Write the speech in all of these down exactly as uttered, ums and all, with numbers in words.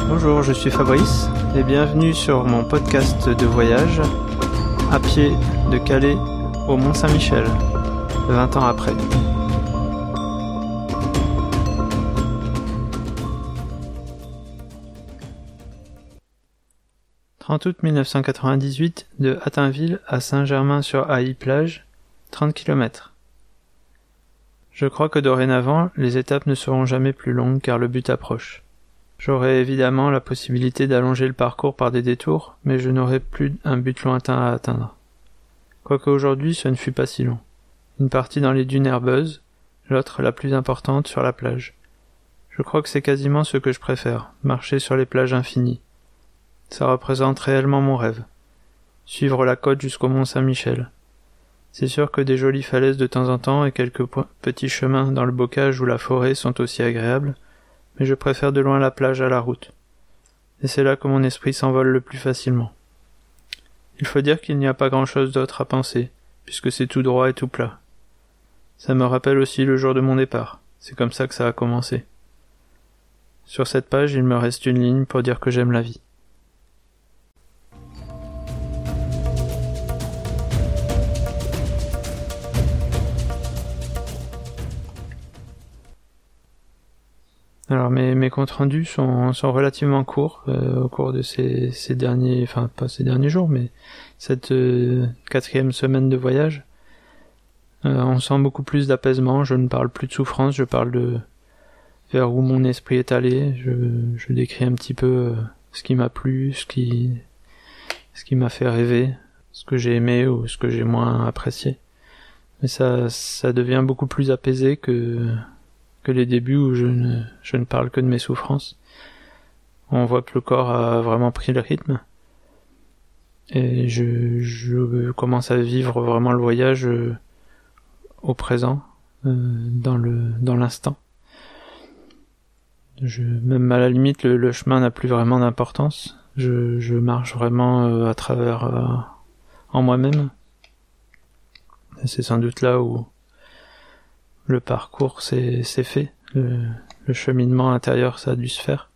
Bonjour, je suis Fabrice et bienvenue sur mon podcast de voyage à pied de Calais au Mont-Saint-Michel, vingt ans après. trente août mille neuf cent quatre-vingt-dix-huit, de Hattinville à Saint-Germain-sur-Aille-Plage, trente kilomètres. Je crois que dorénavant, les étapes ne seront jamais plus longues car le but approche. J'aurai évidemment la possibilité d'allonger le parcours par des détours, mais je n'aurai plus un but lointain à atteindre. Quoique aujourd'hui ce ne fut pas si long. Une partie dans les dunes herbeuses, l'autre la plus importante sur la plage. Je crois que c'est quasiment ce que je préfère, marcher sur les plages infinies. Ça représente réellement mon rêve. Suivre la côte jusqu'au Mont-Saint-Michel. C'est sûr que des jolies falaises de temps en temps et quelques petits chemins dans le bocage ou la forêt sont aussi agréables, mais je préfère de loin la plage à la route. Et c'est là que mon esprit s'envole le plus facilement. Il faut dire qu'il n'y a pas grand-chose d'autre à penser, puisque c'est tout droit et tout plat. Ça me rappelle aussi le jour de mon départ. C'est comme ça que ça a commencé. Sur cette page, il me reste une ligne pour dire que j'aime la vie. Alors mes, mes comptes rendus sont, sont relativement courts euh, au cours de ces, ces derniers, enfin pas ces derniers jours, mais cette euh, quatrième semaine de voyage. Euh, on sent beaucoup plus d'apaisement, je ne parle plus de souffrance, je parle de vers où mon esprit est allé, je, je décris un petit peu euh, ce qui m'a plu, ce qui, ce qui m'a fait rêver, ce que j'ai aimé ou ce que j'ai moins apprécié. Mais ça, ça devient beaucoup plus apaisé que... que les débuts où je ne, je ne parle que de mes souffrances. On voit que le corps a vraiment pris le rythme. Et je, je commence à vivre vraiment le voyage euh, au présent, euh, dans le, dans l'instant. Je, même à la limite, le, le chemin n'a plus vraiment d'importance. Je, je marche vraiment euh, à travers, euh, en moi-même. Et c'est sans doute là où le parcours c'est, c'est fait, le, le cheminement intérieur ça a dû se faire.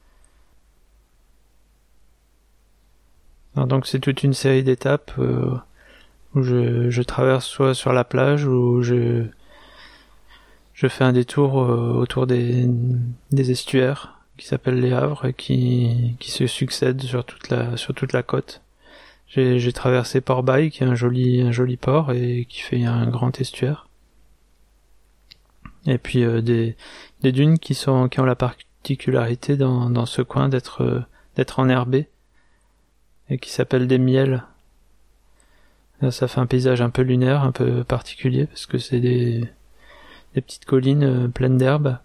Alors donc c'est toute une série d'étapes euh, où je, je traverse soit sur la plage ou je, je fais un détour euh, autour des, des estuaires qui s'appellent les Havres et qui, qui se succèdent sur toute la, sur toute la côte. J'ai, j'ai traversé Port-Bail qui est un joli, un joli port et qui fait un grand estuaire. Et puis euh, des, des dunes qui sont qui ont la particularité dans, dans ce coin d'être euh, d'être enherbées et qui s'appellent des miels. Là, ça fait un paysage un peu lunaire, un peu particulier parce que c'est des des petites collines euh, pleines d'herbes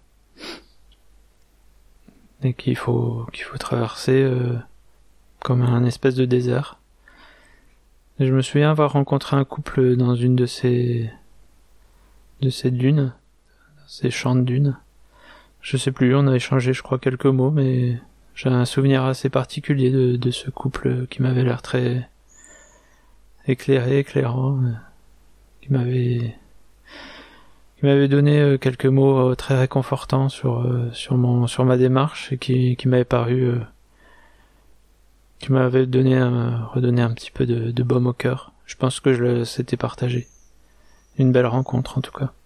et qu'il faut qu'il faut traverser euh, comme un espèce de désert. Et je me souviens avoir rencontré un couple dans une de ces de ces dunes. Ces champs de dunes. Je sais plus, on a échangé je crois quelques mots, mais j'ai un souvenir assez particulier de, de ce couple qui m'avait l'air très éclairé, éclairant, qui m'avait qui m'avait donné quelques mots très réconfortants sur sur mon sur ma démarche et qui qui m'avait paru qui m'avait donné un, redonné un petit peu de, de baume au cœur. Je pense que je le s'était partagé. Une belle rencontre en tout cas.